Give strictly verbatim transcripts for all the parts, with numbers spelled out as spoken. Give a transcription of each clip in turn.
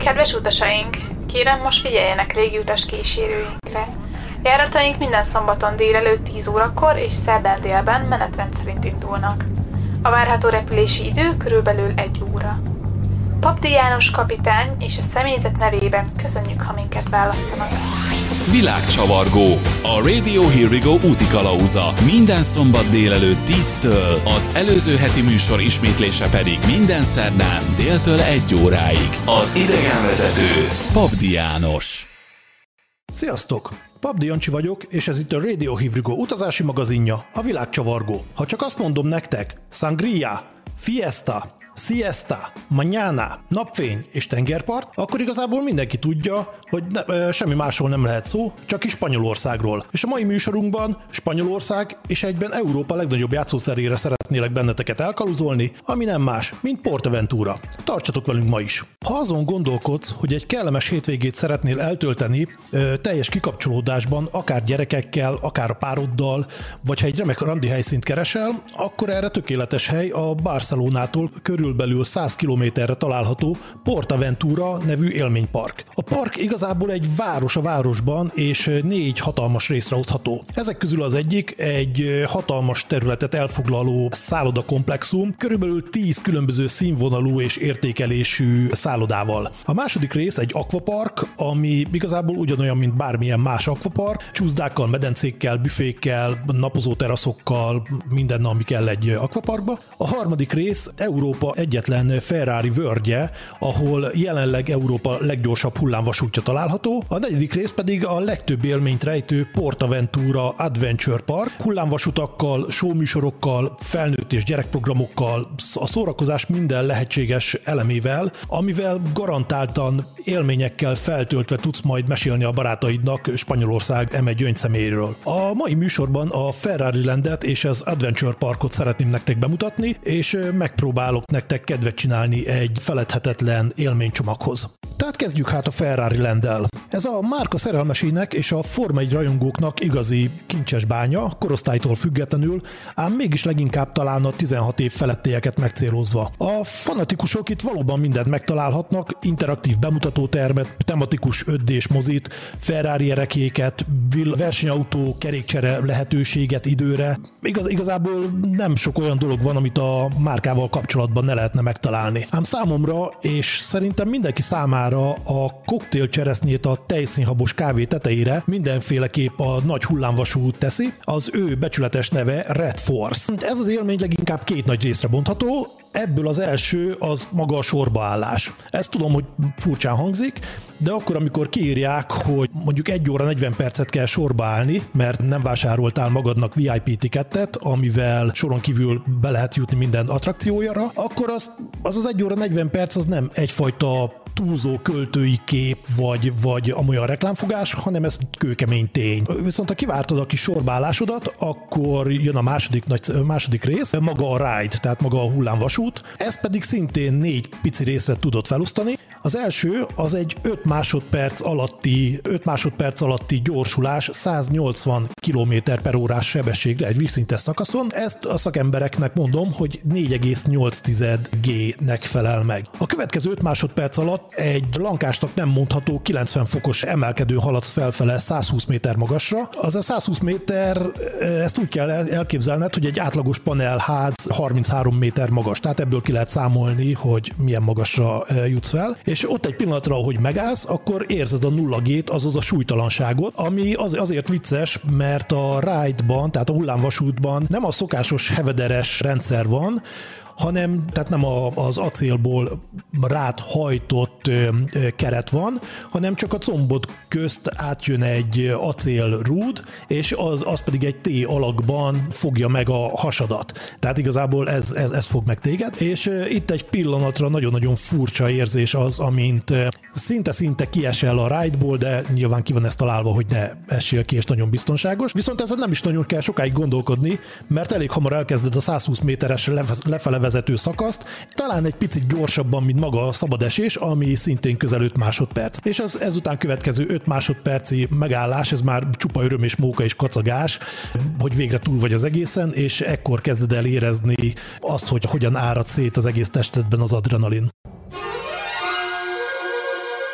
Kedves utasaink, kérem most figyeljenek légiutas kísérőinkre. Járataink minden szombaton délelőtt tíz órakor és szerdán délben menetrend szerint indulnak. A várható repülési idő körülbelül egy óra. Papdi János kapitány és a személyzet nevében köszönjük, ha minket választanak. Világcsavargó, a Radio Here We Go útikalauza minden szombat délelőtt tíztől, az előző heti műsor ismétlése pedig minden szerdán déltől egy óráig. Az idegenvezető Papdi János. Sziasztok! Papdi Jancsi vagyok, és ez itt a Radio Here We Go utazási magazinja, a Világcsavargó. Ha csak azt mondom nektek, sangria, fiesta, siesta, mañana, napfény és tengerpart, akkor igazából mindenki tudja, hogy ne, semmi másról nem lehet szó, csak is Spanyolországról. És a mai műsorunkban Spanyolország és egyben Európa legnagyobb játszószerére szeretnélek benneteket elkaluzolni, ami nem más, mint Portaventura. Tartsatok velünk ma is! Ha azon gondolkodsz, hogy egy kellemes hétvégét szeretnél eltölteni ö, teljes kikapcsolódásban, akár gyerekekkel, akár a pároddal, vagy ha egy remek randi helyszínt keresel, akkor erre tökéletes hely a Barcelonától körülbelül száz kilométerre található Portaventura nevű élménypark. A park igazából egy város a városban, és négy hatalmas részre osztható. Ezek közül az egyik egy hatalmas területet elfoglaló szállodakomplexum, körülbelül tíz különböző színvonalú és értékelésű szállodával. A második rész egy akvapark, ami igazából ugyanolyan, mint bármilyen más akvapark, csúszdákkal, medencékkel, büfékkel, napozó teraszokkal, minden, ami kell egy akvaparkba. A harmadik rész Európa egyetlen Ferrari völgye, ahol jelenleg Európa leggyorsabb hullámvasútja található. A negyedik rész pedig a legtöbb élményt rejtő Portaventura Adventure Park, hullámvasutakkal, showműsorokkal, felnőtt és gyerekprogramokkal, a szórakozás minden lehetséges elemével, amivel garantáltan élményekkel feltöltve tudsz majd mesélni a barátaidnak Spanyolország eme gyöngyszeméről. A mai műsorban a Ferrari Landet és az Adventure Parkot szeretném nektek bemutatni, és megpróbálok nektek kedvet csinálni egy feledhetetlen élménycsomaghoz. Tehát kezdjük hát a Ferrari Landdel. Ez a márka szerelmesének és a Forma egy rajongóknak igazi kincses bánya, korosztálytól függetlenül, ám mégis leginkább talán a tizenhat év felettieket megcélozva. A fanatikusok itt valóban mindent megtalálhatnak, interaktív bemutatótermet, tematikus öt dés mozit, Ferrari erekéket, versenyautó, kerékcsere lehetőséget időre. Igaz, igazából nem sok olyan dolog van, amit a márkával kapcsolatban ne lehetne megtalálni. Ám számomra, és szerintem mindenki számára a koktél cseresznyét a tejszínhabos kávé tetejére mindenféleképp a nagy hullámvasú teszi, az ő becsületes neve Red Force. Ez az élmény leginkább két nagy részre bontható. Ebből az első az maga a sorbaállás. Ezt tudom, hogy furcsán hangzik, de akkor, amikor kiírják, hogy mondjuk egy óra negyven percet kell sorba állni, mert nem vásároltál magadnak vé i pé tikettet, amivel soron kívül be lehet jutni minden attrakciójára, akkor az az, az egy óra negyven perc az nem egyfajta túlzó költői kép, vagy, vagy amolyan reklámfogás, hanem ez kőkemény tény. Viszont ha kivártad a kis sorbállásodat, akkor jön a második, nagy, második rész, maga a ride, tehát maga a hullámvasút. Ezt pedig szintén négy pici részre tudod felosztani. Az első az egy öt másodperc alatti, öt másodperc alatti gyorsulás száznyolcvan kilométer per órás sebességre egy vízszintes szakaszon. Ezt a szakembereknek mondom, hogy négy egész nyolc G-nek felel meg. A következő öt másodperc alatt egy lankásnak nem mondható kilencven fokos emelkedőn haladsz felfele százhúsz méter magasra. Az a százhúsz méter, ezt úgy kell elképzelned, hogy egy átlagos panelház harminchárom méter magas, tehát ebből ki lehet számolni, hogy milyen magasra jutsz fel. És ott egy pillanatra, ahogy megállsz, akkor érzed a nulla gét, azaz a súlytalanságot, ami az, azért vicces, mert a ride-ban, tehát a hullámvasútban nem a szokásos hevederes rendszer van, hanem, tehát nem a, az acélból rád hajtott ö, ö, keret van, hanem csak a combod közt átjön egy acélrúd, és az, az pedig egy T alakban fogja meg a hasadat. Tehát igazából ez, ez, ez fog meg téged, és ö, itt egy pillanatra nagyon-nagyon furcsa érzés az, amint ö, szinte-szinte kiesel a ride-ból, de nyilván ki van ezt találva, hogy ne essél ki, és nagyon biztonságos. Viszont ezzel nem is nagyon kell sokáig gondolkodni, mert elég hamar elkezded a százhúsz méteres lefele vezető szakaszt, talán egy picit gyorsabban, mint maga a szabadesés, ami szintén közel öt másodperc. És az ezután következő öt másodperci megállás, ez már csupa öröm és móka és kacagás, hogy végre túl vagy az egészen, és ekkor kezded el érezni azt, hogy hogyan árad szét az egész testedben az adrenalin.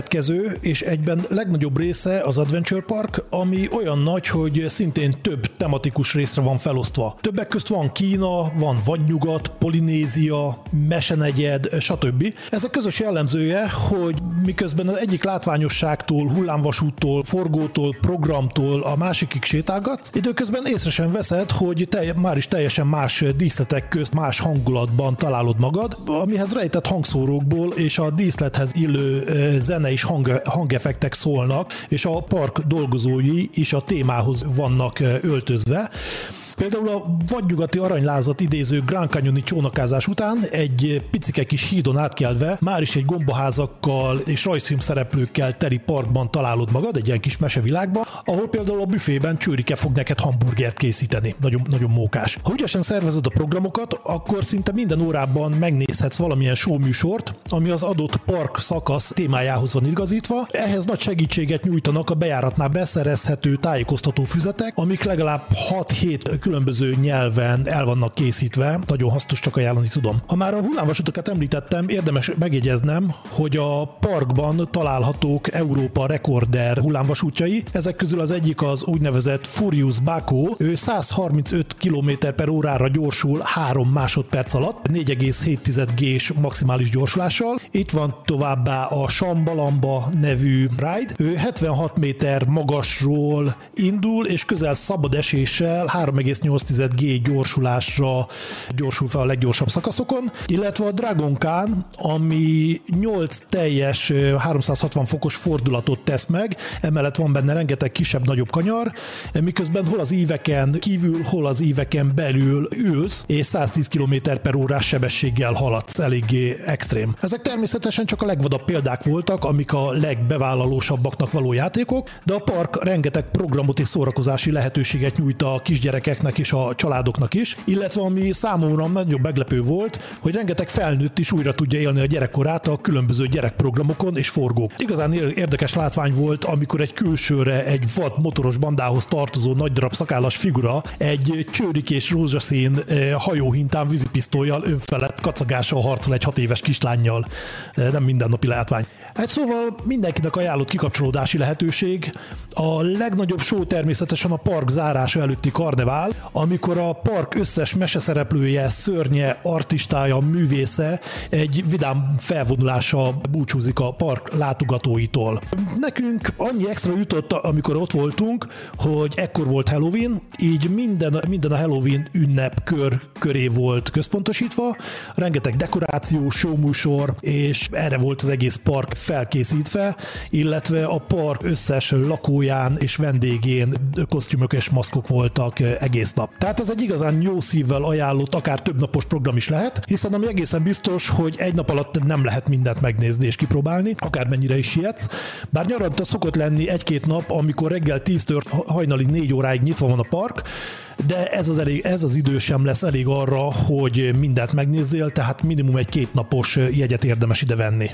következő és egyben legnagyobb része az Adventure Park, ami olyan nagy, hogy szintén több tematikus részre van felosztva. Többek közt van Kína, van Vadnyugat, Polinézia, Mesenegyed, stb. Ez a közös jellemzője, hogy miközben az egyik látványosságtól, hullámvasúttól, forgótól, programtól a másikig sétálgatsz, időközben észre sem veszed, hogy te, már is teljesen más díszletek közt, más hangulatban találod magad, amihez rejtett hangszórókból és a díszlethez illő zene és hang, hangeffektek szólnak, és a park dolgozói is a témához vannak öltözve. Például a vadnyugati aranylázat idéző Grand Canyoni csónakázás után egy picike kis hídon átkelve már is egy gombaházakkal és rajzfilm szereplőkkel teli parkban találod magad, egy ilyen kis mesevilágban, ahol például a büfében Csőrike fog neked hamburgert készíteni. Nagyon, nagyon mókás. Ha ügyesen szervezed a programokat, akkor szinte minden órában megnézhetsz valamilyen show műsort, ami az adott park szakasz témájához van igazítva. Ehhez nagy segítséget nyújtanak a bejáratnál beszerezhető tájékoztató füzetek, amik legalább hat-hét különböző nyelven el vannak készítve, nagyon hasznos, csak ajánlani tudom. Ha már a hullámvasutakat említettem, érdemes megjegyeznem, hogy a parkban találhatók Európa rekorder hullámvasútjai. Ezek közül az egyik az úgynevezett Furious Baco, ő száz harmincöt kilométer per órára gyorsul három másodperc alatt, négy egész hét gés maximális gyorsulással. Itt van továbbá a Sambalamba nevű ride, ő hetvenhat méter magasról indul, és közel szabad eséssel három egész nyolc gé gyorsulásra gyorsul fel a leggyorsabb szakaszokon, illetve a Dragon Khan, ami nyolc teljes háromszázhatvan fokos fordulatot tesz meg, emellett van benne rengeteg kisebb-nagyobb kanyar, miközben hol az íveken kívül, hol az íveken belül ülsz, és száztíz kilométer per órás sebességgel haladsz, eléggé extrém. Ezek természetesen csak a legvadabb példák voltak, amik a legbevállalósabbaknak való játékok, de a park rengeteg programot és szórakozási lehetőséget nyújt a kisgyerekeknek és a családoknak is, illetve ami számomra nagyobb meglepő volt, hogy rengeteg felnőtt is újra tudja élni a gyerekkorát a különböző gyerekprogramokon és forgók. Igazán érdekes látvány volt, amikor egy külsőre egy vad motoros bandához tartozó nagy darab szakállas figura egy csőrikés rózsaszín hajóhintán vízipisztollyal önfelett kacagással harcol egy hat éves kislánnyal. Nem mindennapi látvány. Hát szóval mindenkinek ajánlott kikapcsolódási lehetőség. A legnagyobb show természetesen a park zárása előtti karnevál, amikor a park összes meseszereplője, szörnye, artistája, művésze egy vidám felvonulással búcsúzik a park látogatóitól. Nekünk annyi extra jutott, amikor ott voltunk, hogy ekkor volt Halloween, így minden, minden a Halloween ünnep kör köré volt központosítva, rengeteg dekoráció, showműsor, és erre volt az egész park felkészítve, illetve a park összes lakóján és vendégén kosztümök és maszkok voltak egész nap. Tehát ez egy igazán jó szívvel ajánlott, akár több napos program is lehet, hiszen ami egészen biztos, hogy egy nap alatt nem lehet mindent megnézni és kipróbálni, akármennyire is sietsz. Bár nyaranta szokott lenni egy-két nap, amikor reggel tíztől hajnali négy óráig nyitva van a park, de ez az, elég, ez az idő sem lesz elég arra, hogy mindent megnézzél, tehát minimum egy két napos jegyet érdemes ide venni.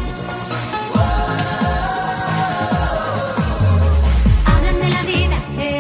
Hablan de la vida, de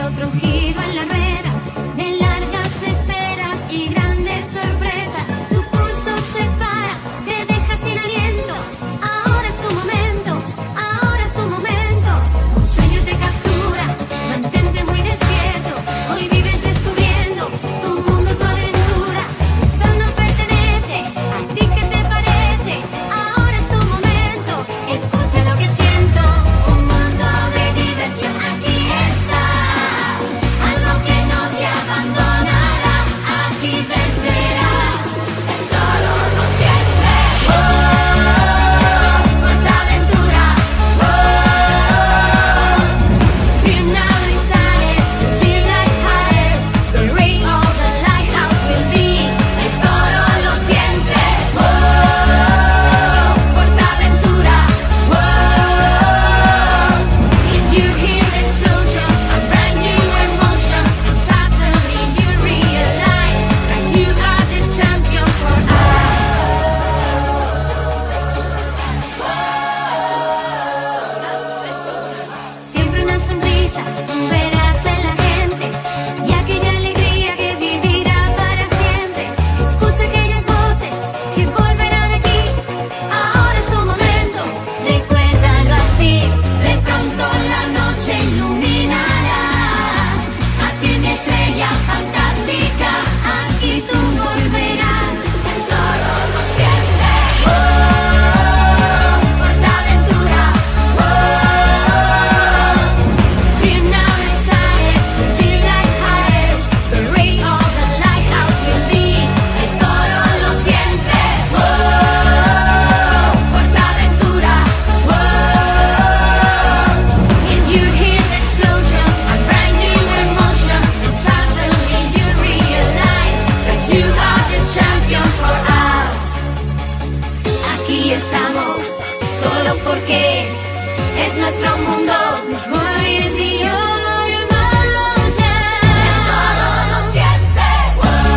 porque es nuestro mundo. This world is the your emotion. En todo lo sientes.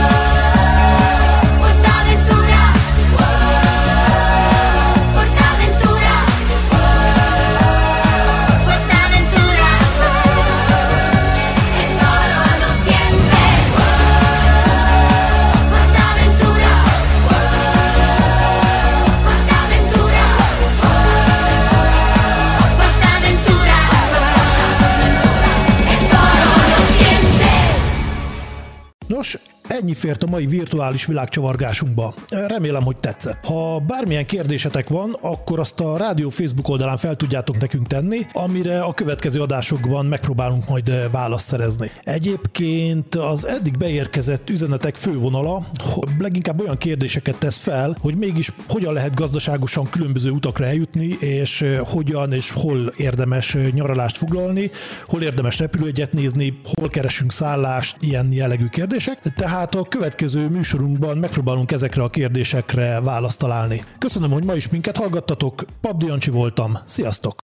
Portaventura. Portaventura. Portaventura. En todo lo sientes. Portaventura. Portaventura. Portaventura. En todo lo sientes. Nos, ennyi fért a mai virtuális világcsavargásunkba. Remélem, hogy tetszett. Ha bármilyen kérdésetek van, akkor azt a rádió Facebook oldalán fel tudjátok nekünk tenni, amire a következő adásokban megpróbálunk majd választ szerezni. Egyébként az eddig beérkezett üzenetek fővonala leginkább olyan kérdéseket tesz fel, hogy mégis hogyan lehet gazdaságosan különböző utakra eljutni, és hogyan és hol érdemes nyaralást foglalni, hol érdemes repülőjegyet nézni, hol keresünk szállást, ilyen jellegű kérdések. Tehát a következő műsorunkban megpróbálunk ezekre a kérdésekre választ találni. Köszönöm, hogy ma is minket hallgattatok, Pabdi Jancsi voltam, sziasztok!